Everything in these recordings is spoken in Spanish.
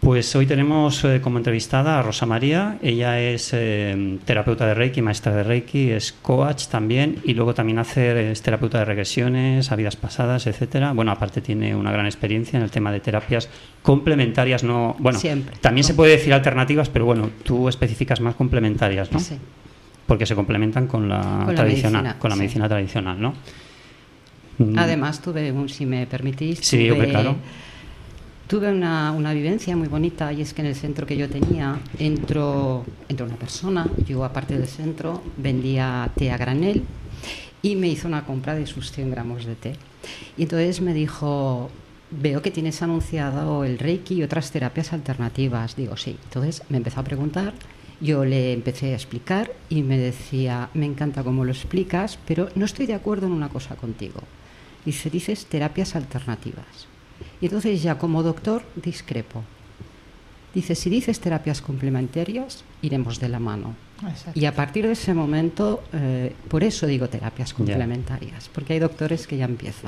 Pues hoy tenemos como entrevistada a Rosa María. Ella es terapeuta de Reiki, maestra de Reiki, es coach también y luego también es terapeuta de regresiones a vidas pasadas, etcétera. Bueno, aparte tiene una gran experiencia en el tema de terapias complementarias, no, bueno, siempre, también se puede decir alternativas, pero bueno, tú especificas más complementarias, ¿no? Sí. Porque se complementan con la tradicional, medicina, con la medicina tradicional, ¿no? Además tuve, si me permitís, sí, claro. Tuve una vivencia muy bonita, y es que en el centro que yo tenía entró una persona. Yo, aparte del centro, vendía té a granel y me hizo una compra de sus 100 gramos de té. Y entonces me dijo: veo que tienes anunciado el Reiki y otras terapias alternativas. Digo, sí. Entonces me empezó a preguntar, yo le empecé a explicar y me decía: me encanta cómo lo explicas, pero no estoy de acuerdo en una cosa contigo. Dices terapias alternativas. Y entonces ya como doctor discrepo. Dice, si dices terapias complementarias, iremos de la mano. Exacto. Y a partir de ese momento, por eso digo terapias complementarias, porque hay doctores que ya empiezan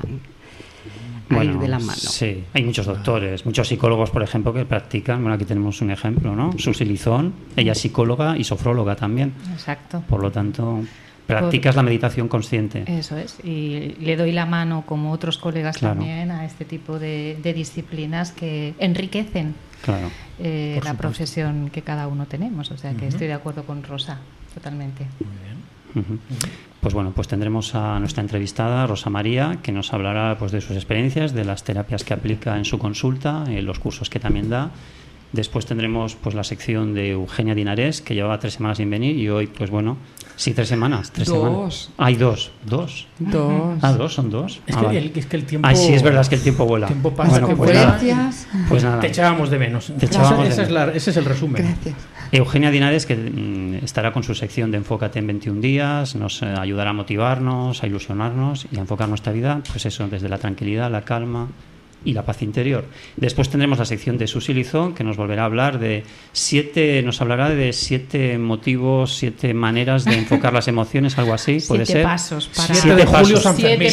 a ir de la mano. Sí, hay muchos doctores, muchos psicólogos, por ejemplo, que practican. Bueno, aquí tenemos un ejemplo, ¿no? Susi Lizón, ella es psicóloga y sofróloga también. Exacto. Por lo tanto, practicas la meditación consciente. Eso es, y le doy la mano, como otros colegas, claro, también a este tipo de disciplinas que enriquecen, claro, la profesión que cada uno tenemos. O sea que estoy de acuerdo con Rosa, totalmente. Muy bien. Pues bueno, pues tendremos a nuestra entrevistada, Rosa María, que nos hablará pues de sus experiencias, de las terapias que aplica en su consulta, en los cursos que también da. Después tendremos pues la sección de Eugenia Dinarés, que llevaba 3 semanas sin venir, y hoy, pues bueno, sí, 3 semanas. 3 semanas. Hay dos. Ah, son dos. Es que el tiempo... Ay, sí, es verdad, es que el tiempo vuela. El tiempo pasa. Bueno, pues nada. Te echábamos de menos. Ese es el resumen. Gracias. Eugenia Dinarés, que estará con su sección de Enfócate en 21 días, nos ayudará a motivarnos, a ilusionarnos y a enfocar nuestra vida, pues eso, desde la tranquilidad, la calma y la paz interior. Después tendremos la sección de Susi Lizón, que nos volverá a hablar nos hablará de 7 motivos, 7 maneras de enfocar las emociones, algo así, puede ser. 7 pasos para... 7 de Julio San Fermín.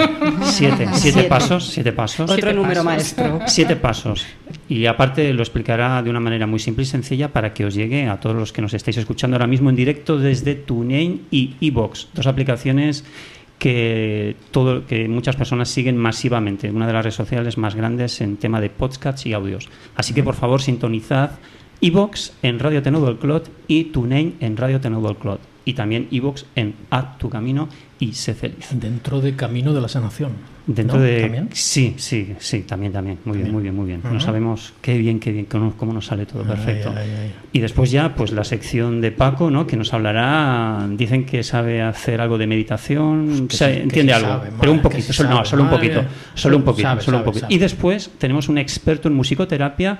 7 pasos. Otro número maestro. 7 pasos. Y aparte lo explicará de una manera muy simple y sencilla para que os llegue a todos los que nos estáis escuchando ahora mismo en directo desde TuneIn y iVoox, 2 aplicaciones que muchas personas siguen masivamente, una de las redes sociales más grandes en tema de podcasts y audios. Así que por favor sintonizad iVoox en Radio Teneu del Clot y TuneIn en Radio Teneu del Clot, y también iVoox en Haz tu camino y sé feliz. Dentro de Camino de la Sanación. Dentro ¿no? de... ¿También? Sí, también. Muy bien. No sabemos qué bien, cómo nos sale todo perfecto. Y después ya, pues la sección de Paco, ¿no? Que nos hablará, dicen que sabe hacer algo de meditación, entiende algo, sabe, pero un poquito, solo un poquito. Sabe. Y después tenemos un experto en musicoterapia,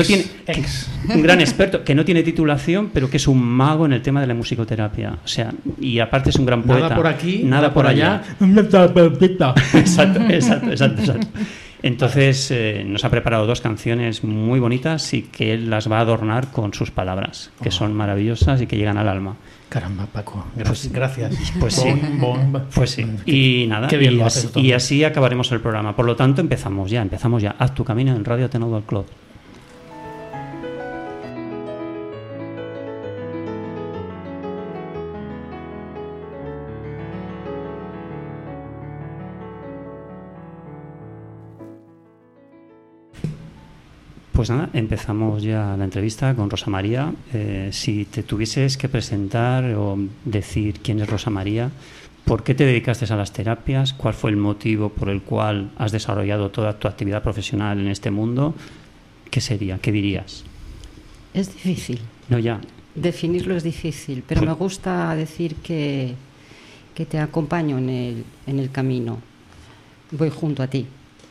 un gran experto, que no tiene titulación, pero que es un mago en el tema de la musicoterapia. O sea, y aparte es un gran poeta. Nada por aquí, nada por allá. Exacto. Entonces nos ha preparado 2 canciones muy bonitas y que él las va a adornar con sus palabras, que son maravillosas y que llegan al alma. Caramba, Paco, gracias. Pues sí. Y nada, qué bien lo haces, y así acabaremos el programa. Por lo tanto, empezamos ya. Haz tu camino en Radio Teneu del Clot. Pues nada, empezamos ya la entrevista con Rosa María. Si te tuvieses que presentar o decir quién es Rosa María, ¿por qué te dedicaste a las terapias? ¿Cuál fue el motivo por el cual has desarrollado toda tu actividad profesional en este mundo? ¿Qué sería? ¿Qué dirías? Es difícil. No, ya. Definirlo es difícil, pero me gusta decir que te acompaño en el camino. Voy junto a ti.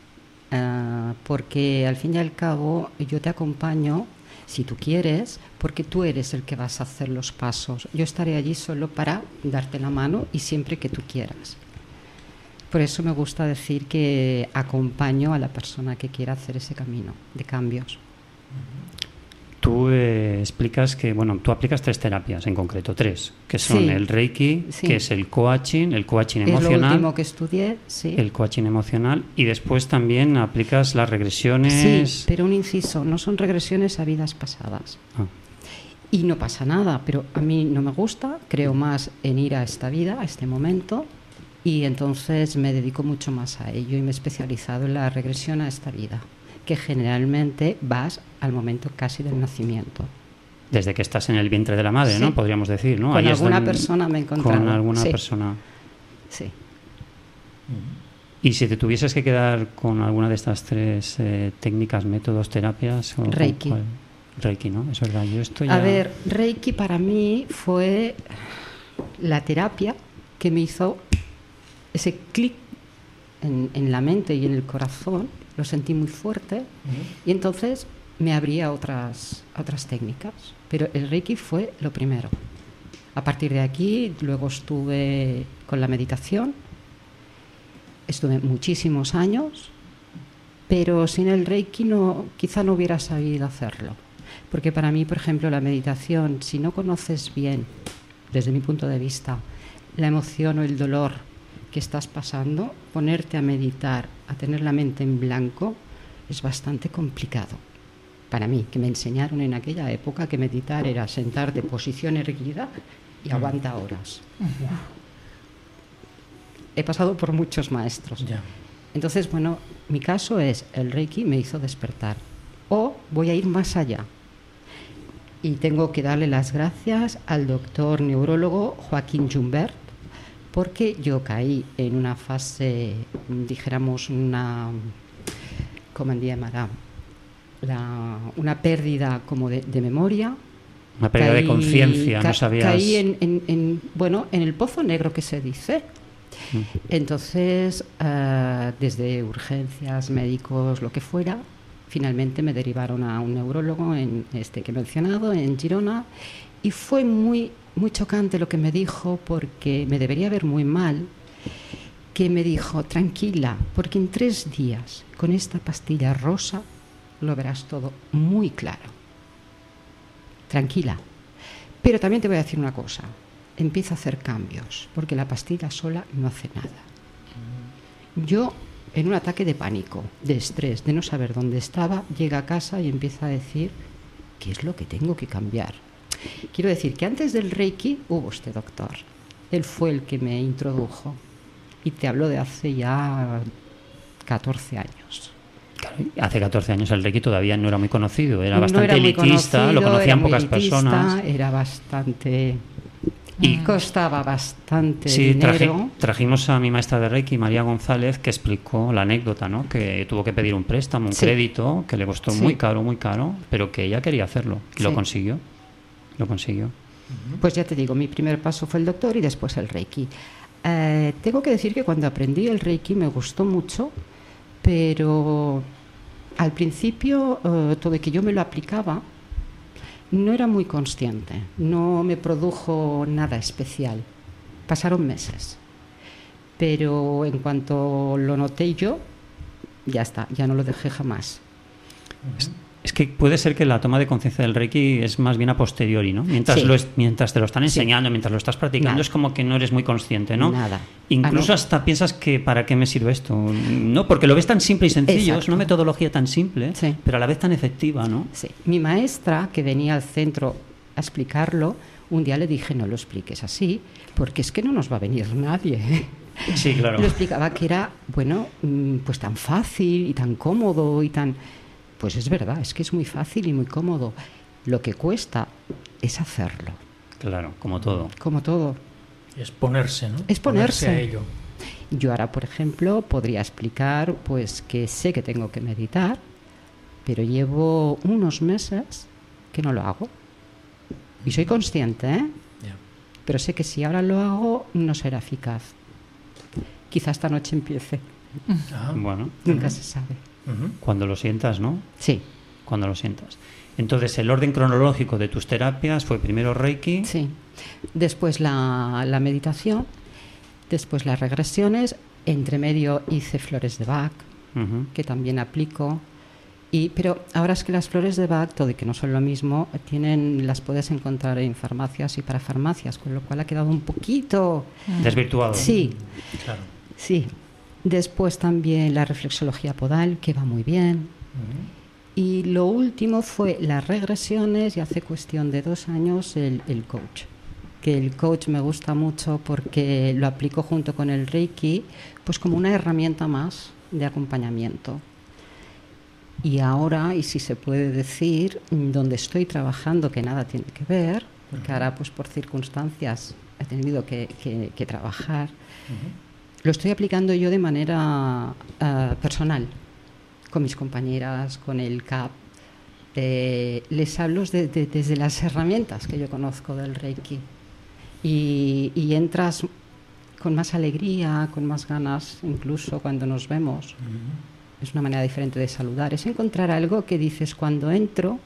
Porque al fin y al cabo yo te acompaño si tú quieres, porque tú eres el que vas a hacer los pasos. Yo estaré allí solo para darte la mano y siempre que tú quieras. Por eso me gusta decir que acompaño a la persona que quiera hacer ese camino de cambios. tú explicas que, bueno, tú aplicas 3 terapias en concreto, 3, que son el Reiki, que es el coaching emocional. Es lo último que estudié, sí. El coaching emocional, y después también aplicas las regresiones. Sí, pero un inciso, no son regresiones a vidas pasadas. Y no pasa nada, pero a mí no me gusta, creo más en ir a esta vida, a este momento, y entonces me dedico mucho más a ello y me he especializado en la regresión a esta vida, que generalmente vas al momento casi del nacimiento. Desde que estás en el vientre de la madre, sí, ¿no? Podríamos decir, ¿no? Con alguna persona me he encontrado. Con alguna persona. Sí. ¿Y si te tuvieses que quedar con alguna de estas 3 técnicas, métodos, terapias? Reiki. Reiki, ¿no? Es verdad. Yo estoy A ver, Reiki para mí fue la terapia que me hizo ese clic en la mente y en el corazón. Lo sentí muy fuerte y entonces me abría a otras técnicas. Pero el Reiki fue lo primero. A partir de aquí, luego estuve con la meditación. Estuve muchísimos años, pero sin el Reiki quizá no hubiera sabido hacerlo. Porque para mí, por ejemplo, la meditación, si no conoces bien, desde mi punto de vista, la emoción o el dolor que estás pasando, ponerte a meditar, a tener la mente en blanco, es bastante complicado. Para mí, que me enseñaron en aquella época que meditar era sentarte posición erguida y aguanta horas. He pasado por muchos maestros. Entonces, bueno, mi caso es, el Reiki me hizo despertar. O voy a ir más allá. Y tengo que darle las gracias al doctor neurólogo Joaquín Jumbert, porque yo caí en una fase, dijéramos, ¿cómo se llamará? Una pérdida como de memoria. Una pérdida de conciencia, no sabías. Caí en el pozo negro que se dice. Entonces, desde urgencias, médicos, lo que fuera, finalmente me derivaron a un neurólogo que he mencionado, en Girona, y fue muy, muy chocante lo que me dijo, porque me debería ver muy mal, que me dijo, tranquila, porque en 3 días, con esta pastilla rosa, lo verás todo muy claro. Tranquila. Pero también te voy a decir una cosa, empieza a hacer cambios, porque la pastilla sola no hace nada. Yo, en un ataque de pánico, de estrés, de no saber dónde estaba, llega a casa y empieza a decir, ¿qué es lo que tengo que cambiar? Quiero decir que antes del Reiki hubo este doctor. Él fue el que me introdujo. Y te hablo de hace ya 14 años. Claro, hace 14 años el Reiki todavía no era muy conocido, era bastante elitista, lo conocían pocas personas. Era bastante... Y costaba bastante dinero. Trajimos a mi maestra de Reiki, María González, que explicó la anécdota, ¿no? Que tuvo que pedir un préstamo, un crédito, que le costó muy caro, pero que ella quería hacerlo. Y lo consiguió. Pues ya te digo, mi primer paso fue el doctor y después el Reiki. Tengo que decir que cuando aprendí el Reiki me gustó mucho, pero al principio todo de que yo me lo aplicaba no era muy consciente, no me produjo nada especial. Pasaron meses, pero en cuanto lo noté yo, ya está, ya no lo dejé jamás. Es que puede ser que la toma de conciencia del Reiki es más bien a posteriori, ¿no? Mientras te lo están enseñando, mientras lo estás practicando, es como que no eres muy consciente, ¿no? Nada. Incluso hasta piensas que ¿para qué me sirve esto? No, porque lo ves tan simple y sencillo, Exacto. Es una metodología tan simple, pero a la vez tan efectiva, ¿no? Sí. Mi maestra, que venía al centro a explicarlo, un día le dije, no lo expliques así, porque es que no nos va a venir nadie. Sí, claro. Lo explicaba que era, pues tan fácil y tan cómodo y tan... Pues es verdad, es que es muy fácil y muy cómodo. Lo que cuesta es hacerlo. Claro, como todo. Como todo. Es ponerse, ¿no? Es ponerse a ello. Yo ahora, por ejemplo, podría explicar pues que sé que tengo que meditar, pero llevo unos meses que no lo hago. Y soy consciente, pero sé que si ahora lo hago no será eficaz. Quizá esta noche empiece. Bueno. Nunca se sabe. Cuando lo sientas, ¿no? Sí. Cuando lo sientas. Entonces, el orden cronológico de tus terapias fue primero Reiki. Sí. Después la meditación, después las regresiones, entre medio hice flores de Bach, que también aplico, Pero ahora es que las flores de Bach, todo y que no son lo mismo, las puedes encontrar en farmacias y para farmacias, con lo cual ha quedado un poquito desvirtuado. Sí, claro. Sí. Después también la reflexología podal, que va muy bien. Y lo último fue las regresiones, y hace cuestión de 2 años el coach. Que el coach me gusta mucho porque lo aplico junto con el Reiki, pues como una herramienta más de acompañamiento. Y ahora, y si se puede decir, donde estoy trabajando, que nada tiene que ver, porque ahora pues por circunstancias he tenido que trabajar, lo estoy aplicando yo de manera personal, con mis compañeras, con el CAP. Les hablo desde las herramientas que yo conozco del Reiki. Y entras con más alegría, con más ganas, incluso cuando nos vemos. Es una manera diferente de saludar. Es encontrar algo que dices cuando entro,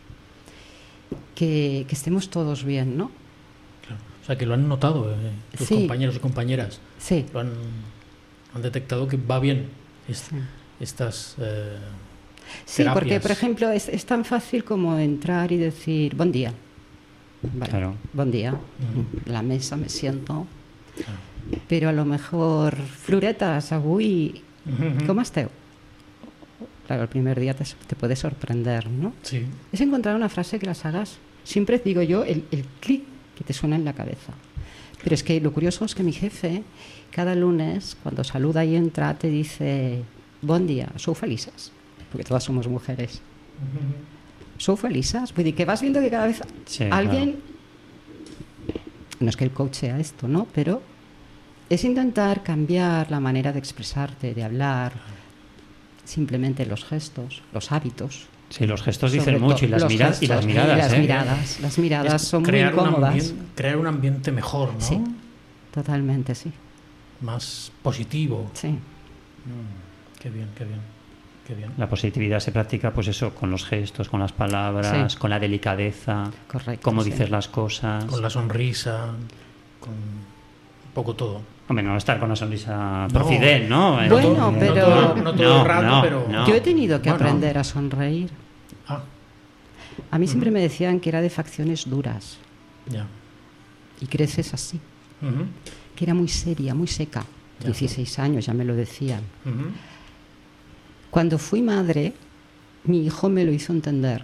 que estemos todos bien, ¿no? Claro. O sea, que lo han notado tus compañeros y compañeras. Sí. Lo han detectado que va bien estas sí, terapias. Porque, por ejemplo, es tan fácil como entrar y decir, buen día. Vale, claro. Buen día. La mesa, me siento. Claro. Pero a lo mejor, floretes, avui, com esteu? Claro, el primer día te puede sorprender, ¿no? Sí. Es encontrar una frase que las hagas. Siempre digo yo, el clic que te suena en la cabeza. Pero es que lo curioso es que mi jefe, cada lunes, cuando saluda y entra, te dice, bon día, sou felices? Porque todas somos mujeres. ¿Sou felices? Vull dir que vas viendo que cada vez alguien... Claro. No es que el coach sea esto, ¿no? Pero es intentar cambiar la manera de expresarte, de hablar, simplemente los gestos, los hábitos. Sí, los gestos dicen mucho y las miradas. Las miradas son muy incómodas. Crear un ambiente mejor, ¿no? Sí, totalmente, sí. Más positivo. Sí. Qué bien, qué bien. Qué bien. La positividad se practica, pues eso, con los gestos, con las palabras, con la delicadeza, cómo dices las cosas. Con la sonrisa, con un poco todo. Hombre, no estar con la sonrisa profidel, ¿no? Bueno, pero... No todo el rato, pero... Yo he tenido que aprender a sonreír. A mí siempre me decían que era de facciones duras. Ya. Y creces así. Que era muy seria, muy seca. 16 años, ya me lo decían. Cuando fui madre, mi hijo me lo hizo entender.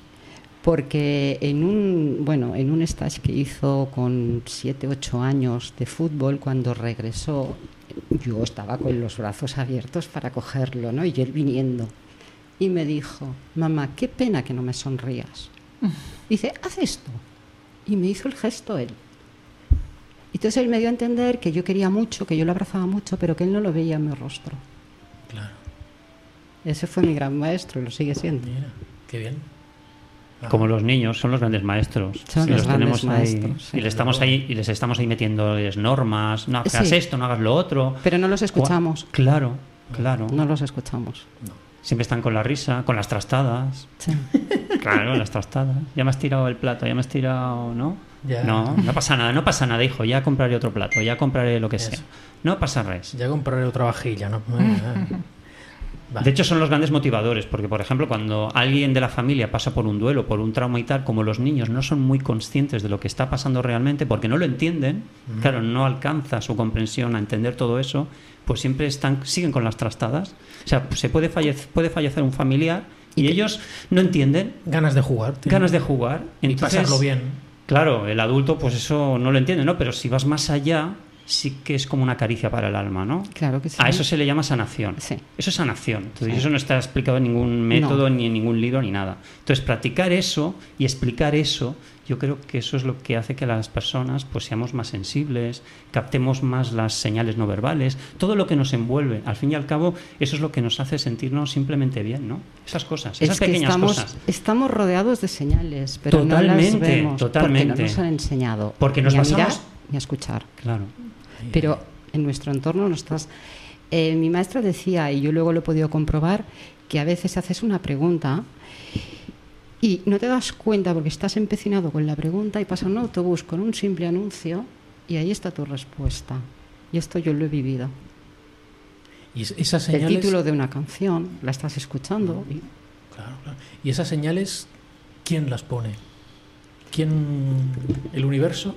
Porque en un stage que hizo con 7, 8 años de fútbol, cuando regresó, yo estaba con los brazos abiertos para cogerlo, ¿no? Y él viniendo. Y me dijo, mamá, qué pena que no me sonrías. Dice, haz esto. Y me hizo el gesto él. Entonces él me dio a entender que yo quería mucho, que yo lo abrazaba mucho, pero que él no lo veía en mi rostro. Claro. Ese fue mi gran maestro y lo sigue siendo. Mira, qué bien. Como los niños, son los grandes maestros. Son los grandes maestros. Y les estamos ahí metiéndoles normas, no hagas esto, no hagas lo otro. Pero no los escuchamos. Claro. No los escuchamos. No. Siempre están con la risa, con las trastadas. Sí. Claro, las trastadas. Ya me has tirado el plato, ya me has tirado, ¿no? Ya. No pasa nada, hijo. Ya compraré otro plato, ya compraré lo que sea. No pasa res. Ya compraré otra vajilla, ¿no? De hecho, son los grandes motivadores, porque, por ejemplo, cuando alguien de la familia pasa por un duelo, por un trauma y tal, como los niños no son muy conscientes de lo que está pasando realmente, porque no lo entienden, claro, no alcanza su comprensión a entender todo eso, pues siempre siguen con las trastadas. O sea, se puede fallecer un familiar y ellos no entienden. Ganas de jugar. Entonces, y pasarlo bien. Claro, el adulto, pues eso no lo entiende, ¿no? Pero si vas más allá, sí que es como una caricia para el alma, ¿no? Claro que sí. A eso se le llama sanación. Sí. Eso es sanación. Entonces, eso no está explicado en ningún método, ni en ningún libro, ni nada. Entonces, practicar eso y explicar eso, yo creo que eso es lo que hace que las personas pues seamos más sensibles, captemos más las señales no verbales, todo lo que nos envuelve. Al fin y al cabo, eso es lo que nos hace sentirnos simplemente bien, ¿no? Esas cosas, esas pequeñas cosas. Estamos rodeados de señales, pero no las vemos porque no nos han enseñado ni a mirar ni a escuchar. Claro. Pero en nuestro entorno no estás... mi maestra decía, y yo luego lo he podido comprobar, que a veces haces una pregunta y no te das cuenta porque estás empecinado con la pregunta y pasa un autobús con un simple anuncio y ahí está tu respuesta. Y esto yo lo he vivido. ¿Y esas señales? El título de una canción, la estás escuchando y Claro. ¿Y esas señales, quién las pone? ¿El universo?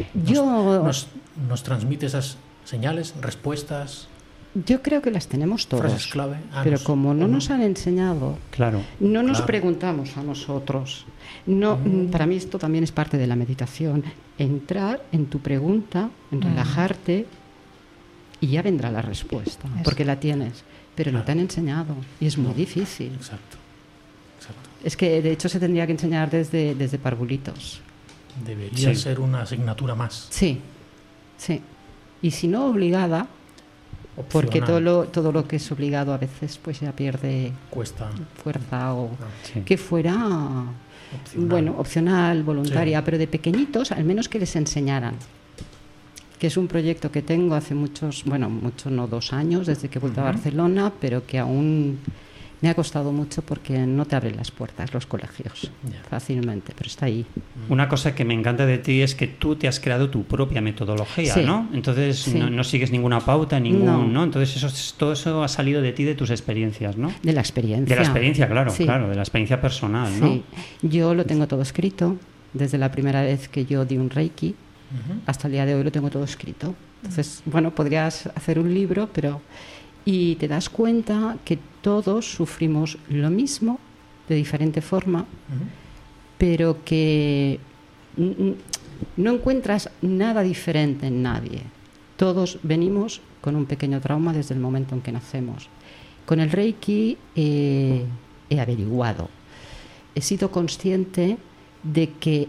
¿Nos transmite esas señales, respuestas? Yo creo que las tenemos todos. Frases clave. Pero como no nos han enseñado, no nos preguntamos a nosotros. Para mí esto también es parte de la meditación. Entrar en tu pregunta, en relajarte, y ya vendrá la respuesta, porque la tienes. Pero no te han enseñado y es muy difícil. Exacto. Es que de hecho se tendría que enseñar desde parvulitos. Debería ser una asignatura más. Sí. Y si no obligada, porque todo lo que es obligado a veces pues ya pierde fuerza o que fuera opcional, voluntaria, pero de pequeñitos al menos que les enseñaran. Que es un proyecto que tengo hace muchos, no 2 años, desde que he vuelto a Barcelona, pero que aún me ha costado mucho porque no te abren las puertas los colegios fácilmente, pero está ahí. Una cosa que me encanta de ti es que tú te has creado tu propia metodología, ¿no? Entonces no sigues ninguna pauta, ¿no? Entonces todo eso ha salido de ti, de tus experiencias, ¿no? De la experiencia. De la experiencia, claro, de la experiencia personal, ¿no? Sí, yo lo tengo todo escrito, desde la primera vez que yo di un Reiki, hasta el día de hoy lo tengo todo escrito. Entonces, podrías hacer un libro, y te das cuenta que todos sufrimos lo mismo, de diferente forma, pero que no encuentras nada diferente en nadie. Todos venimos con un pequeño trauma desde el momento en que nacemos. Con el Reiki he averiguado, he sido consciente de que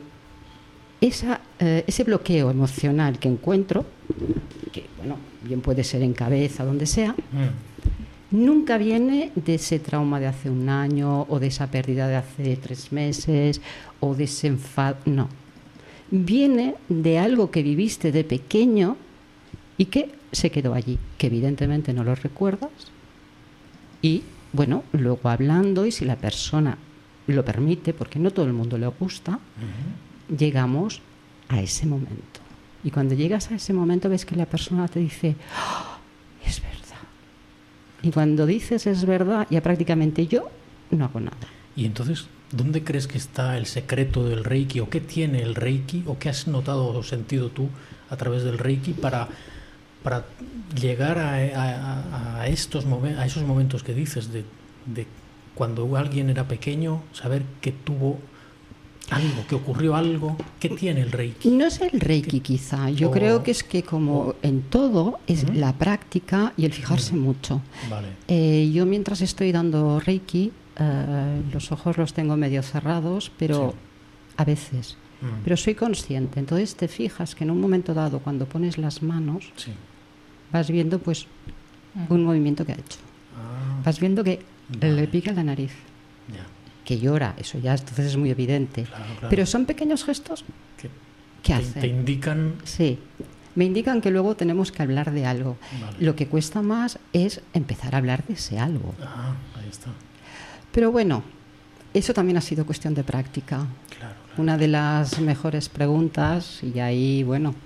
ese bloqueo emocional que encuentro, que bien puede ser en cabeza, donde sea, nunca viene de ese trauma de hace 1 año o de esa pérdida de hace 3 meses o de ese enfado, no. Viene de algo que viviste de pequeño y que se quedó allí, que evidentemente no lo recuerdas, y luego hablando, y si la persona lo permite, porque no todo el mundo le gusta, llegamos a ese momento. Y cuando llegas a ese momento ves que la persona te dice, ¡oh, es verdad! Y cuando dices es verdad, ya prácticamente yo no hago nada. Y entonces, ¿dónde crees que está el secreto del Reiki? ¿O qué tiene el Reiki? ¿O qué has notado o sentido tú a través del Reiki para llegar a esos momentos que dices de cuando alguien era pequeño, saber que tuvo algo, que ocurrió algo? ¿Qué tiene el Reiki? No es el Reiki quizá, yo creo que es que como en todo es la práctica y el fijarse mucho. Vale. Yo mientras estoy dando Reiki, los ojos los tengo medio cerrados, pero a veces, pero soy consciente, entonces te fijas que en un momento dado cuando pones las manos vas viendo pues un movimiento que ha hecho, vas viendo que le pica la nariz, que llora, eso ya entonces es muy evidente. Claro. Pero son pequeños gestos que hacen. Te indican. Sí, me indican que luego tenemos que hablar de algo. Vale. Lo que cuesta más es empezar a hablar de ese algo. Ahí está. Pero eso también ha sido cuestión de práctica. Claro. Una de las mejores preguntas, y ahí,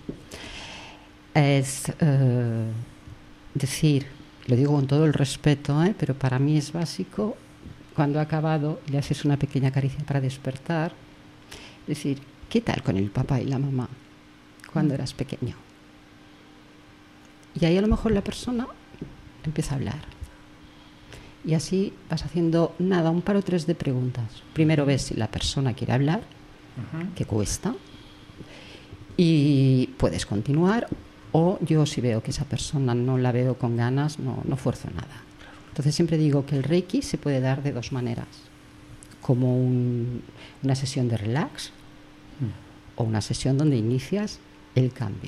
es decir, lo digo con todo el respeto, pero para mí es básico. Cuando ha acabado, le haces una pequeña caricia para despertar. Es decir, ¿qué tal con el papá y la mamá cuando eras pequeño? Y ahí a lo mejor la persona empieza a hablar. Y así vas haciendo un par o 3 de preguntas. Primero ves si la persona quiere hablar, que cuesta, y puedes continuar. O yo si veo que esa persona no la veo con ganas, no fuerzo nada. Entonces siempre digo que el Reiki se puede dar de 2 maneras, como una sesión de relax o una sesión donde inicias el cambio.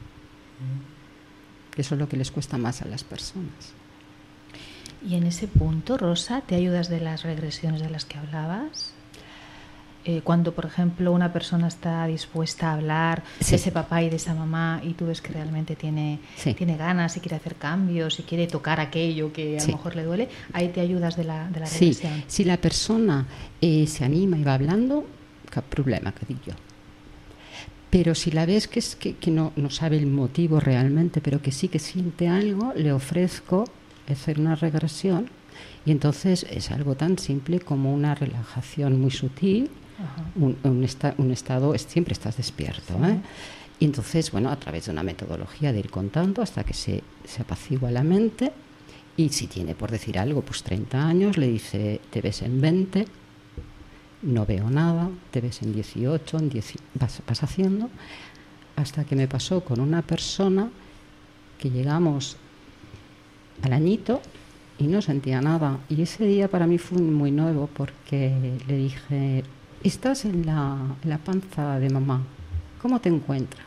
Eso es lo que les cuesta más a las personas. Y en ese punto, Rosa, ¿te ayudas de las regresiones de las que hablabas? Cuando, por ejemplo, una persona está dispuesta a hablar de ese papá y de esa mamá y tú ves que realmente tiene ganas y quiere hacer cambios y quiere tocar aquello que a lo mejor le duele, ahí te ayudas de la regresión. Sí, si la persona se anima y va hablando, ¿qué problema que digo yo? Pero si la ves que no sabe el motivo realmente, pero que sí que siente algo, le ofrezco hacer una regresión Y entonces es algo tan simple como una relajación muy sutil, un estado, siempre estás despierto, ¿eh? Y entonces, bueno, a través de una metodología de ir contando hasta que se apacigua la mente, y si tiene, por decir algo, pues 30 años, le dice, te ves en 20, no veo nada, te ves en 18, vas haciendo, hasta que me pasó con una persona que llegamos al añito y no sentía nada. Y ese día para mí fue muy nuevo, porque le dije, estás en la panza de mamá, ¿cómo te encuentras?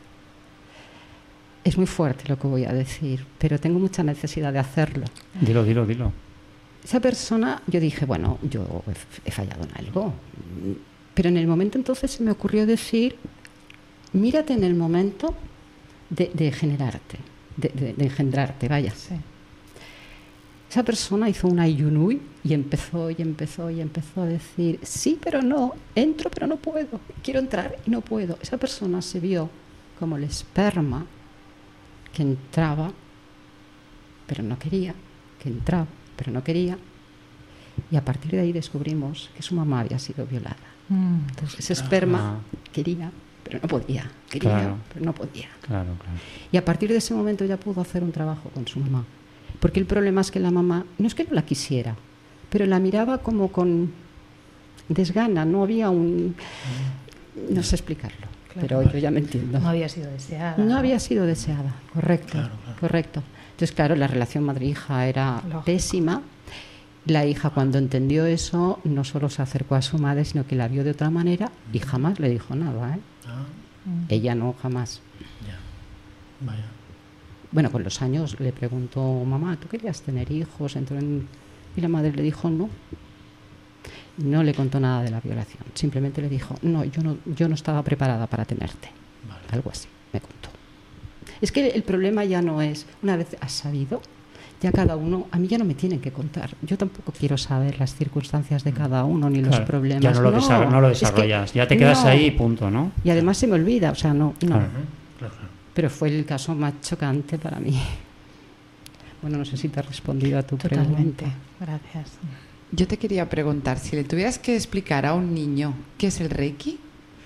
Es muy fuerte lo que voy a decir, pero tengo mucha necesidad de hacerlo. Dilo. Esa persona, yo dije, bueno, yo he fallado en algo. Pero en el momento entonces se me ocurrió decir, mírate en el momento de generarte, de engendrarte, vaya. Sí. Esa persona hizo una yunui y empezó a decir, sí, pero no, entro pero no puedo, quiero entrar y no puedo. Esa persona se vio como el esperma que entraba, pero no quería, que entraba, pero no quería. Y a partir de ahí descubrimos que su mamá había sido violada. Entonces ese esperma quería, pero no podía, pero no podía. Claro. Y a partir de ese momento ya pudo hacer un trabajo con su mamá. Porque el problema es que la mamá, no es que no la quisiera, pero la miraba como con desgana, no había un... No sé explicarlo, pero yo ya me entiendo. No había sido deseada. No había sido deseada, correcto. Entonces, claro, la relación madre-hija era pésima. La hija, cuando entendió eso, no solo se acercó a su madre, sino que la vio de otra manera y jamás le dijo nada, ¿eh? Ella no, jamás. Ya. Vaya. Bueno, con los años le preguntó, mamá, ¿tú querías tener hijos? Y la madre le dijo no. No le contó nada de la violación. Simplemente le dijo, no, yo no estaba preparada para tenerte. Vale. Algo así, me contó. Es que el problema ya no es, una vez has sabido, ya cada uno, a mí ya no me tienen que contar. Yo tampoco quiero saber las circunstancias de cada uno ni los problemas. Ya no lo desarrollas, ya te quedas ahí y punto, ¿no? Y además se me olvida, o sea, no. Claro. Pero fue el caso más chocante para mí. Bueno, no sé si te he respondido a tu Totalmente. pregunta. Gracias. Yo te quería preguntar, si le tuvieras que explicar a un niño qué es el Reiki.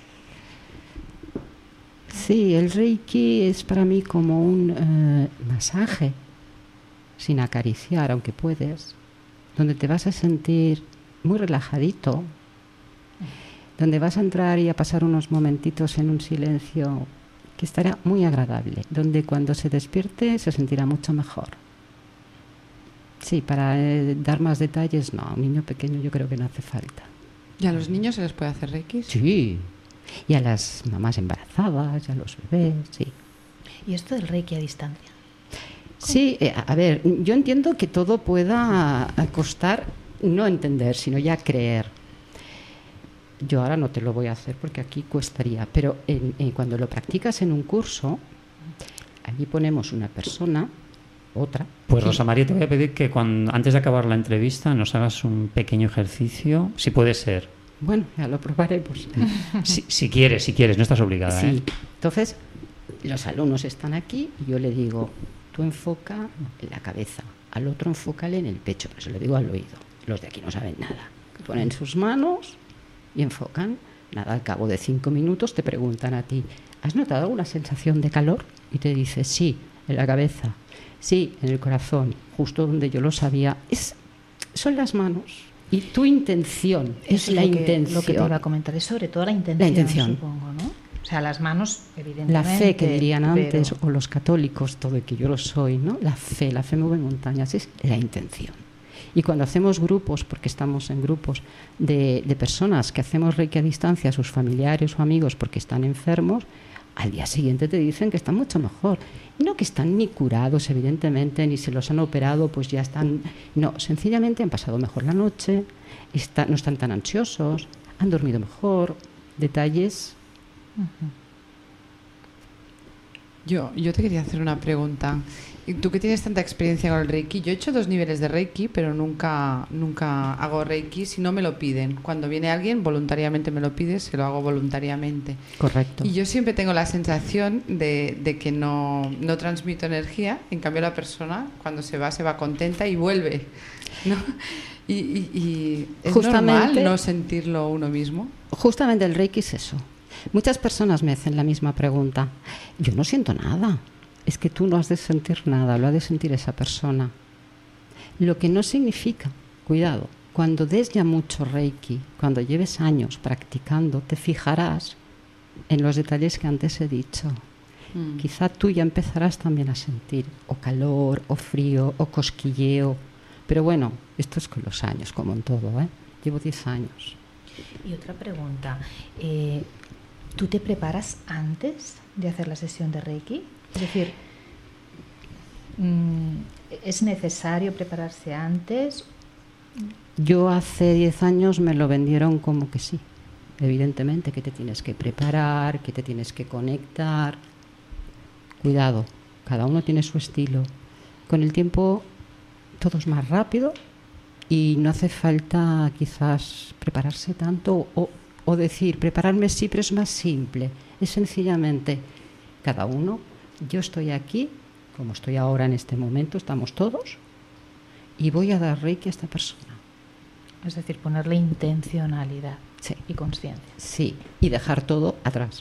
Sí, el Reiki es para mí como un masaje, sin acariciar, aunque puedes, donde te vas a sentir muy relajadito, donde vas a entrar y a pasar unos momentitos en un silencio que estará muy agradable, donde cuando se despierte se sentirá mucho mejor. Sí, para dar más detalles, no, a un niño pequeño yo creo que no hace falta. ¿Y a los niños se les puede hacer Reiki? Sí, y a las mamás embarazadas, y a los bebés, sí. ¿Y esto del Reiki a distancia? Sí, a ver, yo entiendo que todo pueda costar no entender, sino ya creer. Yo ahora no te lo voy a hacer porque aquí costaría, pero cuando lo practicas en un curso, allí ponemos una persona, otra. Pues Rosa María, te voy a pedir que antes de acabar la entrevista nos hagas un pequeño ejercicio, si puede ser. Bueno, ya lo probaremos. Si quieres, no estás obligada. Sí, entonces los alumnos están aquí y yo le digo, tú enfoca en la cabeza, al otro enfócale en el pecho, pero se lo digo al oído. Los de aquí no saben nada. Ponen sus manos y enfocan. Nada, al cabo de 5 minutos te preguntan a ti, ¿has notado alguna sensación de calor? Y te dices, sí, en la cabeza, sí, en el corazón, justo donde yo lo sabía. Son las manos. Y tu intención es la intención. Lo que te iba a comentar es sobre todo la intención, supongo, ¿no? O sea, las manos, evidentemente. La fe que dirían antes, o los católicos, todo que yo lo soy, ¿no? La fe mueve montañas, es la intención. Y cuando hacemos grupos, porque estamos en grupos de personas que hacemos Reiki a distancia, a sus familiares o amigos porque están enfermos, al día siguiente te dicen que están mucho mejor. No que están ni curados, evidentemente, ni se los han operado, pues ya están... No, sencillamente han pasado mejor la noche, no están tan ansiosos, han dormido mejor, detalles. Yo te quería hacer una pregunta. Tú que tienes tanta experiencia con el Reiki, yo he hecho 2 niveles de Reiki, pero nunca hago Reiki si no me lo piden. Cuando viene alguien, voluntariamente me lo pide, se lo hago voluntariamente. Correcto. Y yo siempre tengo la sensación de que no transmito energía, en cambio la persona cuando se va contenta y vuelve. ¿no? Y es normal no sentirlo uno mismo. Justamente el Reiki es eso. Muchas personas me hacen la misma pregunta. Yo no siento nada. Es que tú no has de sentir nada, lo ha de sentir esa persona. Lo que no significa, cuidado, cuando des ya mucho Reiki, cuando lleves años practicando, te fijarás en los detalles que antes he dicho. Quizá tú ya empezarás también a sentir o calor, o frío, o cosquilleo. Pero bueno, esto es con los años, como en todo, ¿eh? Llevo 10 años. Y otra pregunta, ¿tú te preparas antes de hacer la sesión de Reiki? Es decir, ¿es necesario prepararse antes? Yo hace 10 años me lo vendieron como que sí. Evidentemente que te tienes que preparar, que te tienes que conectar. Cuidado, cada uno tiene su estilo. Con el tiempo todo es más rápido y no hace falta quizás prepararse tanto o decir, prepararme sí, pero es más simple. Es sencillamente cada uno, yo estoy aquí, como estoy ahora en este momento, estamos todos, y voy a dar Reiki a esta persona. Es decir, ponerle intencionalidad y conciencia. Sí, y dejar todo atrás.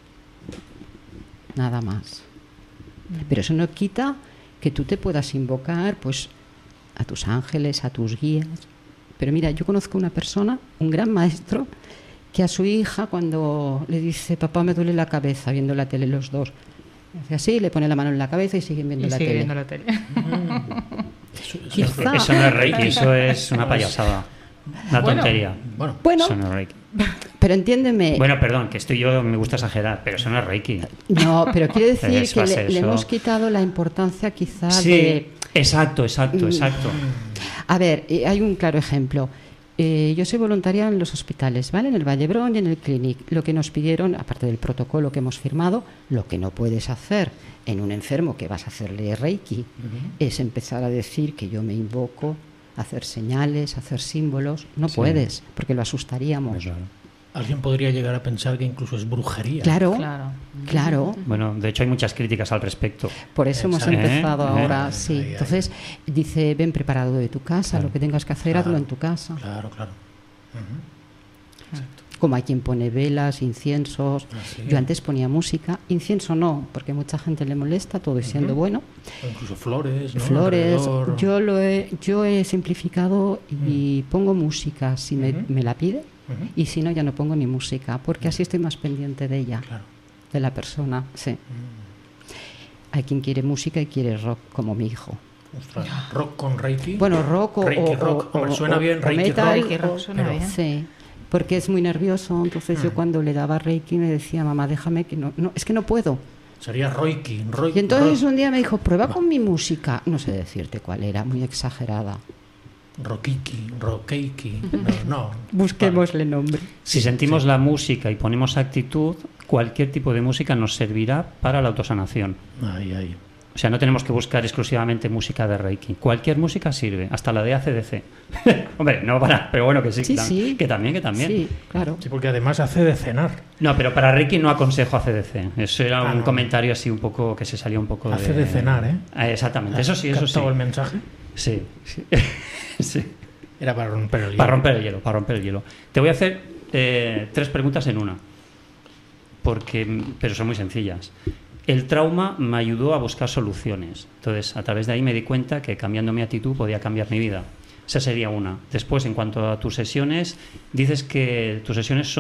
Nada más. Pero eso no quita que tú te puedas invocar, pues, a tus ángeles, a tus guías. Pero mira, yo conozco una persona, un gran maestro, que a su hija cuando le dice, papá, me duele la cabeza, viendo la tele los dos, hace así, le pone la mano en la cabeza y siguen viendo la tele. Viendo la tele. Eso no es Reiki, eso es una payasada. Una tontería. Bueno, eso no es Reiki. Pero entiéndeme. Bueno, perdón, que yo me gusta exagerar, pero eso no es Reiki. No, pero quiere decir que le hemos quitado la importancia quizás sí, exacto. A ver, hay un claro ejemplo. Yo soy voluntaria en los hospitales, ¿vale? En el Vallebrón y en el Clinic. Lo que nos pidieron, aparte del protocolo que hemos firmado, lo que no puedes hacer en un enfermo que vas a hacerle Reiki es empezar a decir que yo me invoco, hacer señales, hacer símbolos. No puedes, porque lo asustaríamos. Claro. Alguien podría llegar a pensar que incluso es brujería. Claro. Bueno, de hecho hay muchas críticas al respecto. Por eso hemos empezado ahora, sí. Entonces, dice, ven preparado de tu casa, lo que tengas que hacer, hazlo en tu casa. Claro. Como hay quien pone velas, inciensos. Yo antes ponía música, incienso no, porque mucha gente le molesta, todo siendo bueno. O incluso flores, ¿no? Flores. Yo he simplificado y pongo música si me la pide. Y si no, ya no pongo ni música, porque así estoy más pendiente de ella, de la persona. Sí. Hay quien quiere música y quiere rock, como mi hijo. Ostras, ¿rock con Reiki? Bueno, rock Reiki, rock. Hombre, suena bien, Reiki, metal, rock suena bien. Sí, porque es muy nervioso. Entonces yo cuando le daba Reiki me decía, mamá, déjame que no, es que no puedo. Sería Reiki. Y entonces un día me dijo, prueba con mi música. No sé decirte cuál era, muy exagerada. Rokeiki. No. Busquémosle nombre. Si sentimos la música y ponemos actitud, cualquier tipo de música nos servirá para la autosanación. Ay. O sea, no tenemos que buscar exclusivamente música de Reiki. Cualquier música sirve, hasta la de AC/DC. Hombre, no para, pero bueno, que sí. Sí. Que también. Sí, claro. Sí, porque además hace de cenar. No, pero para Reiki no aconsejo AC/DC. Eso era un comentario así un poco que se salía un poco hace de cenar, ¿eh? Exactamente, eso sí. ¿Captado el mensaje? Sí. Sí. Era para romper el hielo. Para romper el hielo. Te voy a hacer 3 preguntas en una, pero son muy sencillas. El trauma me ayudó a buscar soluciones. Entonces, a través de ahí me di cuenta que cambiando mi actitud podía cambiar mi vida. Esa sería una. Después, en cuanto a tus sesiones, dices que tus sesiones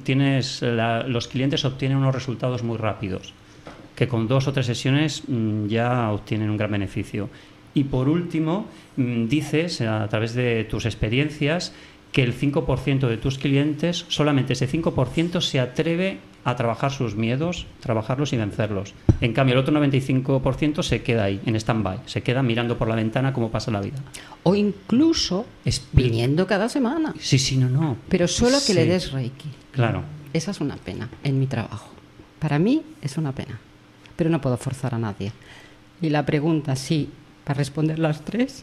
los clientes obtienen unos resultados muy rápidos, que con 2 o 3 sesiones ya obtienen un gran beneficio. Y por último, dices a través de tus experiencias que el 5% de tus clientes, solamente ese 5% se atreve a trabajar sus miedos, trabajarlos y vencerlos. En cambio, el otro 95% se queda ahí, en stand-by, se queda mirando por la ventana cómo pasa la vida. O incluso viniendo cada semana. Sí, no. Pero solo que le des Reiki. Claro. Esa es una pena en mi trabajo. Para mí es una pena, pero no puedo forzar a nadie. Y la pregunta, sí, para responder las 3.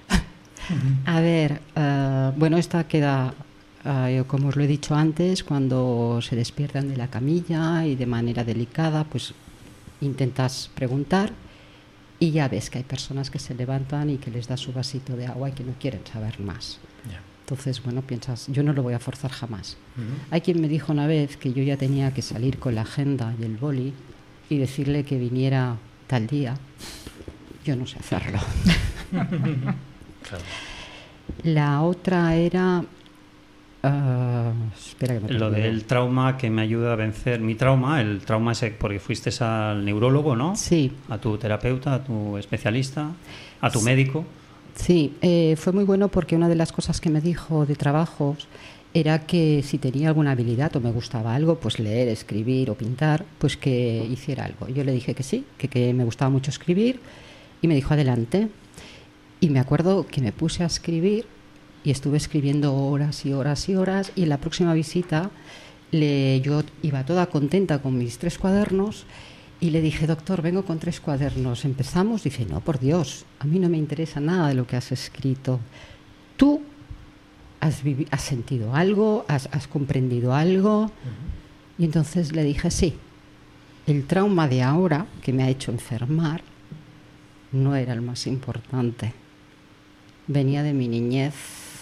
A ver, bueno, esta queda, como os lo he dicho antes, cuando se despiertan de la camilla y de manera delicada, pues intentas preguntar. y ya ves que hay personas que se levantan y que les da su vasito de agua y que no quieren saber más. Entonces, bueno, piensas, yo no lo voy a forzar jamás. Hay quien me dijo una vez que yo ya tenía que salir con la agenda y el boli y decirle que viniera tal día. Yo no sé hacerlo. Claro. La otra era... espera que me lo del trauma que me ayuda a vencer mi trauma, el trauma ese porque fuiste al neurólogo, ¿no? Sí. A tu terapeuta, a tu especialista, a tu médico. Sí, fue muy bueno porque una de las cosas que me dijo de trabajos era que si tenía alguna habilidad o me gustaba algo, pues leer, escribir o pintar, pues que hiciera algo. Yo le dije que sí, que me gustaba mucho escribir y me dijo adelante. Y me acuerdo que me puse a escribir y estuve escribiendo horas y horas y horas y en la próxima visita yo iba toda contenta con mis 3 cuadernos y le dije, doctor, vengo con 3 cuadernos, ¿empezamos? Dice, no, por Dios, a mí no me interesa nada de lo que has escrito. Tú has sentido algo, has comprendido algo. Y entonces le dije, sí, el trauma de ahora que me ha hecho enfermar no era el más importante. Venía de mi niñez,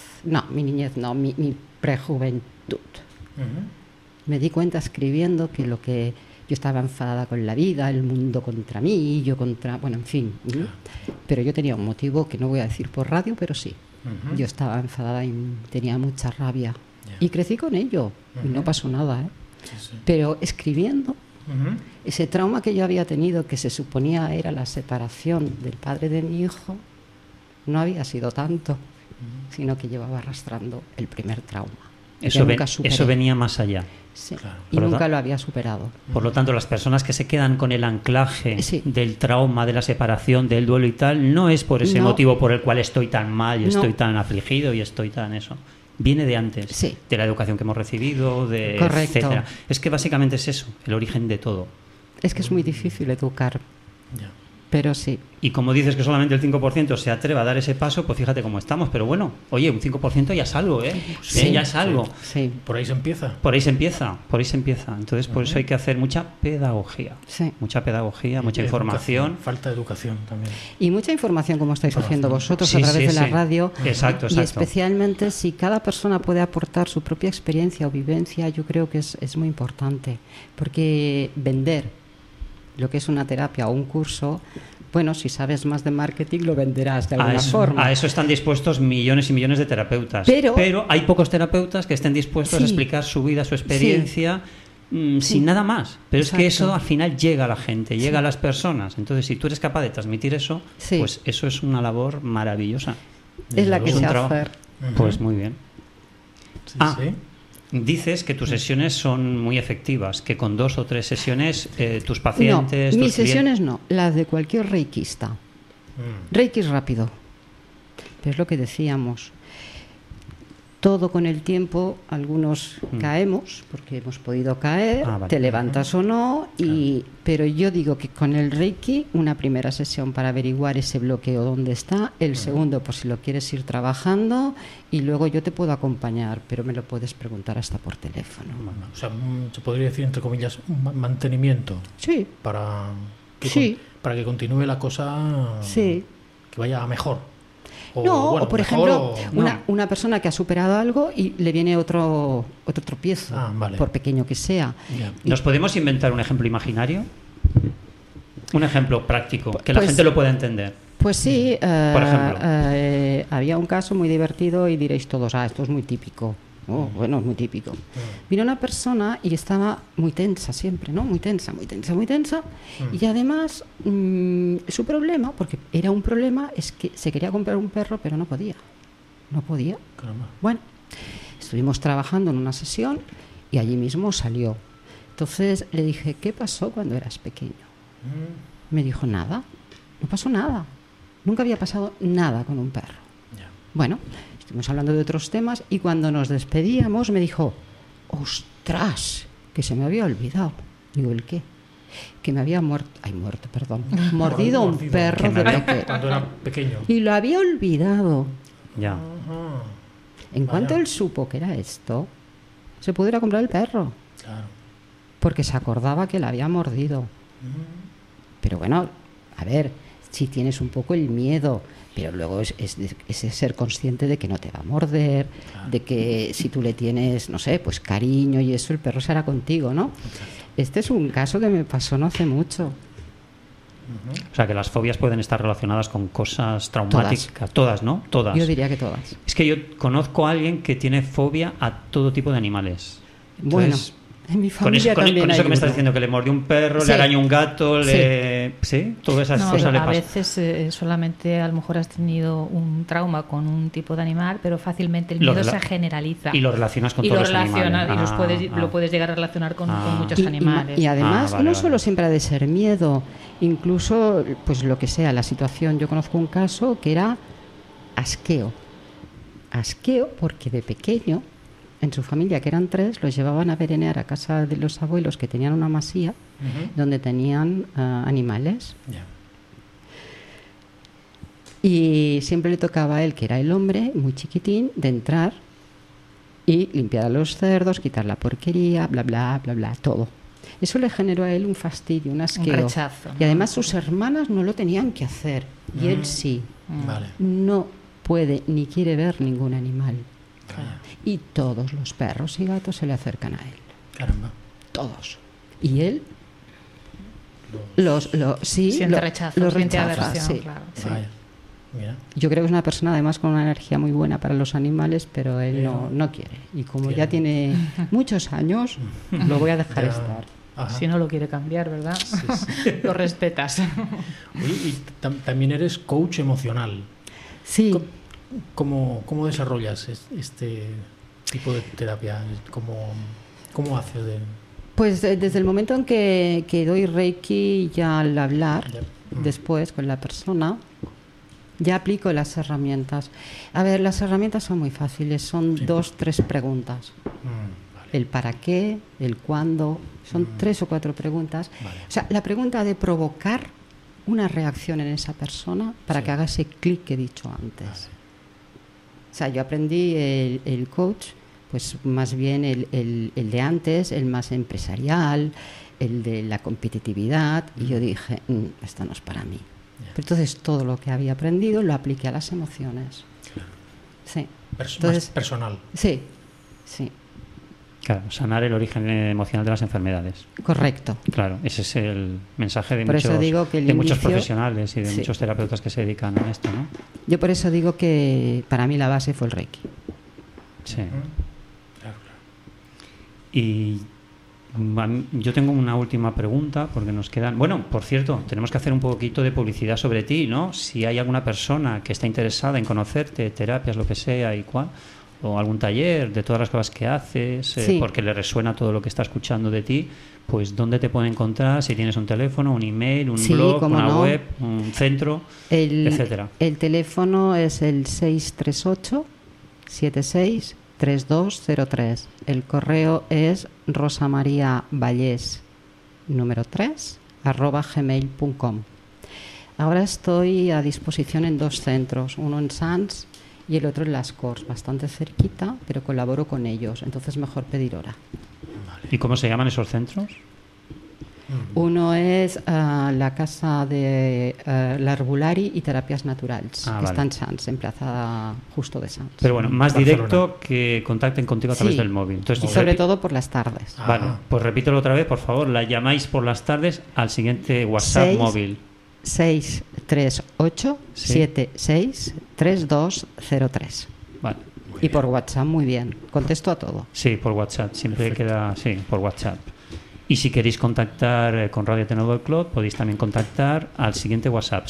mi prejuventud. Me di cuenta escribiendo que lo que yo estaba enfadada con la vida, el mundo contra mí, yo contra... Bueno, en fin. Pero yo tenía un motivo que no voy a decir por radio, pero sí. Yo estaba enfadada y tenía mucha rabia. Y crecí con ello. Y no pasó nada, ¿eh? Sí. Pero escribiendo, ese trauma que yo había tenido, que se suponía era la separación del padre de mi hijo, no había sido tanto, sino que llevaba arrastrando el primer trauma. Eso venía más allá. Sí, claro. Y nunca lo había superado. Por lo tanto, las personas que se quedan con el anclaje del trauma, de la separación, del duelo y tal, no es por ese motivo por el cual estoy tan mal y estoy tan afligido y estoy tan eso. Viene de antes, de la educación que hemos recibido, etcétera. Es que básicamente es eso, el origen de todo. Es que es muy difícil educar. Pero sí. Y como dices que solamente el 5% se atreve a dar ese paso, pues fíjate cómo estamos. Pero bueno, oye, un 5% ya es algo, ¿eh? Ya es algo. Sí. Por ahí se empieza. Por ahí se empieza. Entonces, por eso hay que hacer mucha pedagogía. Sí. Mucha pedagogía, mucha información. Falta de educación también. Y mucha información, como estáis haciendo vosotros a través de la radio. Exacto. Y especialmente si cada persona puede aportar su propia experiencia o vivencia, yo creo que es muy importante. Porque vender lo que es una terapia o un curso, bueno, si sabes más de marketing lo venderás de alguna forma. A eso están dispuestos millones y millones de terapeutas. Pero hay pocos terapeutas que estén dispuestos a explicar su vida, su experiencia, sin nada más. Pero es que eso al final llega a la gente, llega a las personas. Entonces, si tú eres capaz de transmitir eso, pues eso es una labor maravillosa. Es la que se hace. Pues muy bien. Dices que tus sesiones son muy efectivas, que con 2 o 3 sesiones tus pacientes... No, mis sesiones no, las de cualquier reikista. Reiki es rápido, pero es lo que decíamos. Todo con el tiempo, algunos caemos, porque hemos podido caer, te levantas o no, pero yo digo que con el Reiki, una primera sesión para averiguar ese bloqueo dónde está, el segundo por si lo quieres ir trabajando, y luego yo te puedo acompañar, pero me lo puedes preguntar hasta por teléfono. O sea, se podría decir, entre comillas, un mantenimiento. Sí. Para que continúe la cosa, que vaya a mejor. O por ejemplo, una persona que ha superado algo y le viene otro tropiezo, por pequeño que sea. ¿Nos podemos inventar un ejemplo imaginario? Un ejemplo práctico, que la gente lo pueda entender. Pues sí, por ejemplo. Había un caso muy divertido y diréis todos, esto es muy típico. Bueno, es muy típico. Vino una persona y estaba muy tensa siempre, ¿no? Muy tensa. Y además, su problema, porque era un problema, es que se quería comprar un perro, pero no podía. Caramba. Bueno, estuvimos trabajando en una sesión y allí mismo salió. Entonces le dije, ¿qué pasó cuando eras pequeño? Me dijo, nada, no pasó nada. Nunca había pasado nada con un perro. Bueno, estuvimos hablando de otros temas y cuando nos despedíamos me dijo, ¡ostras! Que se me había olvidado. Digo, ¿el qué? Que me había mordido un perro de bloqueo. Cuando era pequeño. Y lo había olvidado. Ya. En cuanto él supo que era esto, se pudo ir a comprar el perro. Claro. Porque se acordaba que le había mordido. Pero bueno, a ver, sí tienes un poco el miedo, pero luego es ser consciente de que no te va a morder, de que si tú le tienes, no sé, pues cariño y eso, el perro será contigo, ¿no? Este es un caso que me pasó no hace mucho. O sea, que las fobias pueden estar relacionadas con cosas traumáticas. Todas, ¿no? Todas. Yo diría que todas. Es que yo conozco a alguien que tiene fobia a todo tipo de animales. Entonces, bueno, en mi familia también con hay eso que me uno. estás diciendo, que le mordió un perro, Sí. le arañó un gato, ¿sí? Todas esas cosas le a pasan. veces solamente a lo mejor has tenido un trauma con un tipo de animal, pero fácilmente el miedo se generaliza. Y lo relacionas con todos los animales. Y lo puedes llegar a relacionar con muchos Y animales. además, vale, no vale. solo siempre ha de ser miedo, incluso, pues lo que sea, la situación. Yo conozco un caso que era asqueo. Asqueo porque de pequeño, en su familia, que eran 3, los llevaban a veranear a casa de los abuelos que tenían una masía donde tenían animales. Ya. Y siempre le tocaba a él, que era el hombre, muy chiquitín, de entrar y limpiar a los cerdos, quitar la porquería, bla, bla, bla, bla, todo. Eso le generó a él un fastidio, un asqueo. Un rechazo. Y además sus hermanas no lo tenían que hacer. Y él sí. Vale. No puede ni quiere ver ningún animal. Vaya. Y todos los perros y gatos se le acercan a él. Caramba. Todos. Y él Siente rechazo, los siente rechaza, aversión, sí. claro. Sí. Vaya. Mira. Yo creo que es una persona además con una energía muy buena para los animales, pero él no quiere. Y como ya tiene muchos años, lo voy a dejar Ya. estar. Ajá. Si no lo quiere cambiar, ¿verdad? Sí. Lo respetas. Oye, y también eres coach emocional. Sí. ¿Cómo desarrollas este tipo de terapia? ¿Cómo haces de...? Pues desde el momento en que doy Reiki, ya al hablar Ya. después con la persona, ya aplico las herramientas. A ver, las herramientas son muy fáciles, son 2, 3 preguntas. Vale. El para qué, el cuándo, son 3 o 4 preguntas. Vale. O sea, la pregunta de provocar una reacción en esa persona para que haga ese clic que he dicho antes. Vale. O sea, yo aprendí el coach, pues más bien el de antes, el más empresarial, el de la competitividad, y yo dije, esto no es para mí. Pero entonces todo lo que había aprendido lo apliqué a las emociones. Claro. Sí. Más Entonces, personal. sí, sí, Claro, sanar el origen emocional de las enfermedades. correcto. Claro, ese es el mensaje de Por eso digo que el muchos inicio- profesionales y de Sí. muchos terapeutas que se dedican a esto, ¿no? Yo por eso digo que para mí la base fue el Reiki. Sí. Claro, claro. Y yo tengo una última pregunta porque nos quedan... Bueno, por cierto, tenemos que hacer un poquito de publicidad sobre ti, ¿no? Si hay alguna persona que está interesada en conocerte, terapias, lo que sea y cuál, o algún taller de todas las cosas que haces, Sí. porque le resuena todo lo que está escuchando de ti, pues ¿dónde te puede encontrar? Si tienes un teléfono, un email, un Sí, blog, cómo una no. web, un centro, etcétera. El teléfono es el 638 76 3203. El correo es rosamariavallés número 3 @gmail.com. Ahora estoy a disposición en 2 centros, uno en Sants y el otro en Las Corts, bastante cerquita, pero colaboro con ellos, entonces mejor pedir hora. ¿Y cómo se llaman esos centros? Uno es la casa de la Herbulari y Terapias Naturales, que vale. está en Sants, en Plaza Justo de Sants. Pero bueno, más Barcelona. directo que contacten contigo a través Sí. del móvil. Entonces, Y sobre todo por las tardes. Vale, pues repítelo otra vez, por favor. La llamáis por las tardes al siguiente WhatsApp 6 móvil. 638 Sí. 76 3203. Vale. Y por WhatsApp muy bien, contesto a todo. Sí, por WhatsApp. Siempre queda, sí, por WhatsApp. Y si queréis contactar con Radio Tenedor Club, podéis también contactar al siguiente WhatsApp,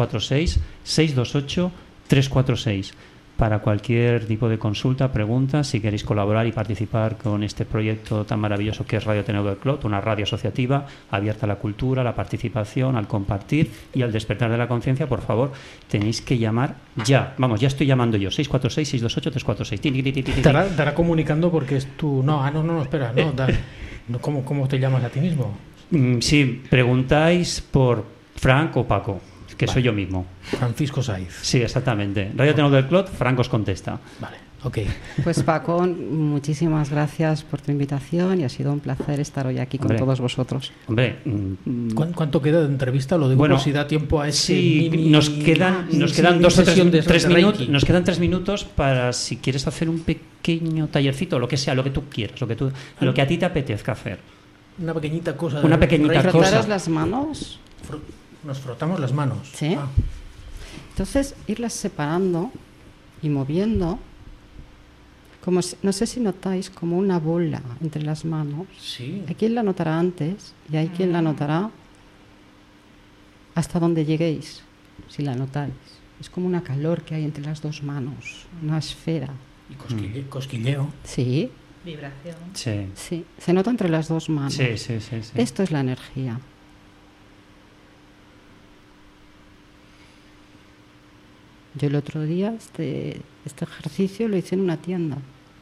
646-628-346. Para cualquier tipo de consulta, pregunta, si queréis colaborar y participar con este proyecto tan maravilloso que es Radio Tenedor Club, una radio asociativa abierta a la cultura, a la participación, al compartir y al despertar de la conciencia, por favor, tenéis que llamar ya. Vamos, ya estoy llamando yo, 646-628-346. Estará comunicando porque es tu... No, espera, no. ¿Cómo te llamas a ti mismo? Sí, preguntáis por Frank o Paco, que soy yo mismo. Francisco Saiz. Sí, exactamente. Radio Tenedor del Club, Frank os contesta. Vale. Okay. Pues Paco, muchísimas gracias por tu invitación y ha sido un placer estar hoy aquí con todos vosotros. Hombre, ¿cuánto queda de entrevista? Lo digo por si da tiempo a ese mini... Nos quedan 2 o 3 minutos. Nos quedan 3 minutos para si quieres hacer un pequeño tallercito, lo que sea, lo que tú quieras, lo que a ti te apetezca hacer. Una pequeñita cosa. Una pequeñita cosa. ¿Frotaros las manos? Nos frotamos las manos. Sí. Entonces, irlas separando y moviendo, como no sé si notáis, como una bola entre las manos. Sí. Hay quien la notará antes y hay quien la notará hasta donde lleguéis, si la notáis. Es como una calor que hay entre las dos manos, una esfera. Y cosquilleo. Sí. Vibración. Sí. Sí, se nota entre las dos manos. Sí. Esto es la energía. Yo el otro día este ejercicio lo hice en una tienda.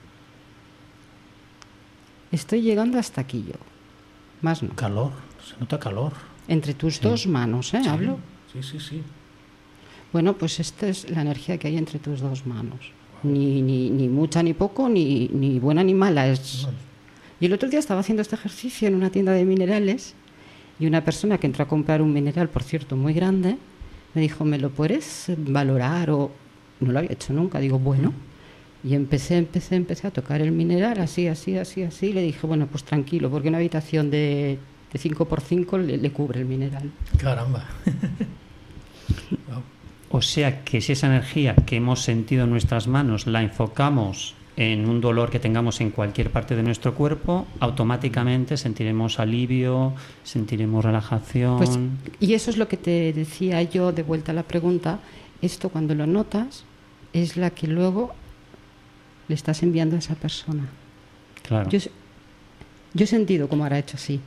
Estoy llegando hasta aquí yo. Más no. Calor, se nota calor. Entre tus dos manos, ¿eh? Sí. Hablo. Sí. Bueno, pues esta es la energía que hay entre tus dos manos. Ni mucha ni poco, ni buena ni mala. Y el otro día estaba haciendo este ejercicio en una tienda de minerales y una persona que entró a comprar un mineral, por cierto, muy grande, me dijo, ¿me lo puedes valorar? O no lo había hecho nunca. Digo, bueno. Y empecé a tocar el mineral así. Y le dije, bueno, pues tranquilo, porque una habitación de 5x5 le cubre el mineral. Caramba. Wow. O sea que si esa energía que hemos sentido en nuestras manos la enfocamos en un dolor que tengamos en cualquier parte de nuestro cuerpo, automáticamente sentiremos alivio, sentiremos relajación. Pues, y eso es lo que te decía yo, de vuelta a la pregunta. Esto, cuando lo notas, es la que luego le estás enviando a esa persona. Claro. Yo he sentido como ahora he hecho así.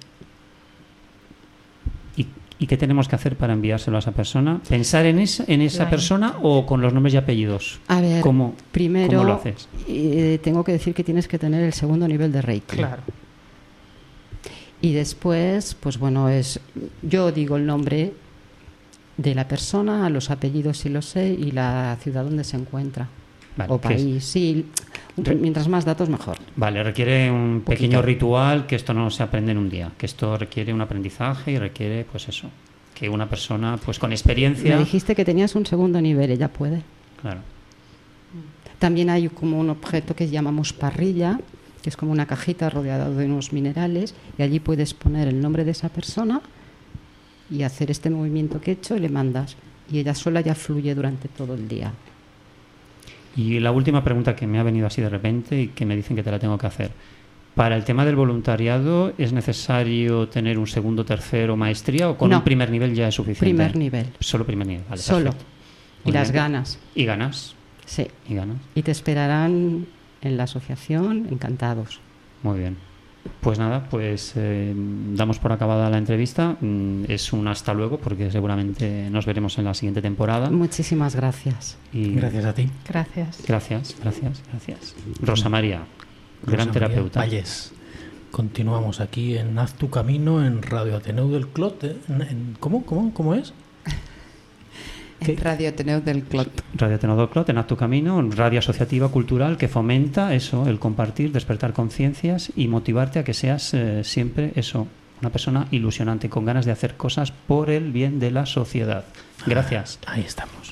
¿Y qué tenemos que hacer para enviárselo a esa persona? ¿Pensar en esa persona o con los nombres y apellidos? A ver, primero ¿cómo lo haces? Tengo que decir que tienes que tener el segundo nivel de Reiki. Claro. Y después, pues bueno, yo digo el nombre de la persona, los apellidos si lo sé y la ciudad donde se encuentra. Vale, o país, sí. Mientras más datos, mejor. Vale, requiere un pequeño ritual, que esto no se aprende en un día, que esto requiere un aprendizaje y requiere, pues eso, que una persona, pues con experiencia... Me dijiste que tenías un segundo nivel, ella puede. Claro. También hay como un objeto que llamamos parrilla, que es como una cajita rodeada de unos minerales, y allí puedes poner el nombre de esa persona y hacer este movimiento que he hecho y le mandas. Y ella sola ya fluye durante todo el día. Y la última pregunta que me ha venido así de repente y que me dicen que te la tengo que hacer. Para el tema del voluntariado, ¿es necesario tener un segundo, tercero, maestría o con un primer nivel ya es suficiente? Primer nivel. Solo primer nivel, vale. Solo. Perfecto. Y las ganas. ¿Y ganas? Sí. ¿Y ganas? Y te esperarán en la asociación encantados. Muy bien. Pues nada, pues damos por acabada la entrevista. Es un hasta luego porque seguramente nos veremos en la siguiente temporada. Muchísimas gracias. Y gracias a ti. Gracias. Gracias. Rosa María, gran terapeuta. Valles. Continuamos aquí en Haz tu Camino en Radio Ateneu del Clot. ¿Cómo es? Radio Ateneu del Clot. Radio Ateneu del Clot, en Haz tu Camino, radio asociativa cultural que fomenta eso, el compartir, despertar conciencias y motivarte a que seas siempre eso, una persona ilusionante, con ganas de hacer cosas por el bien de la sociedad. Gracias. Ahí estamos.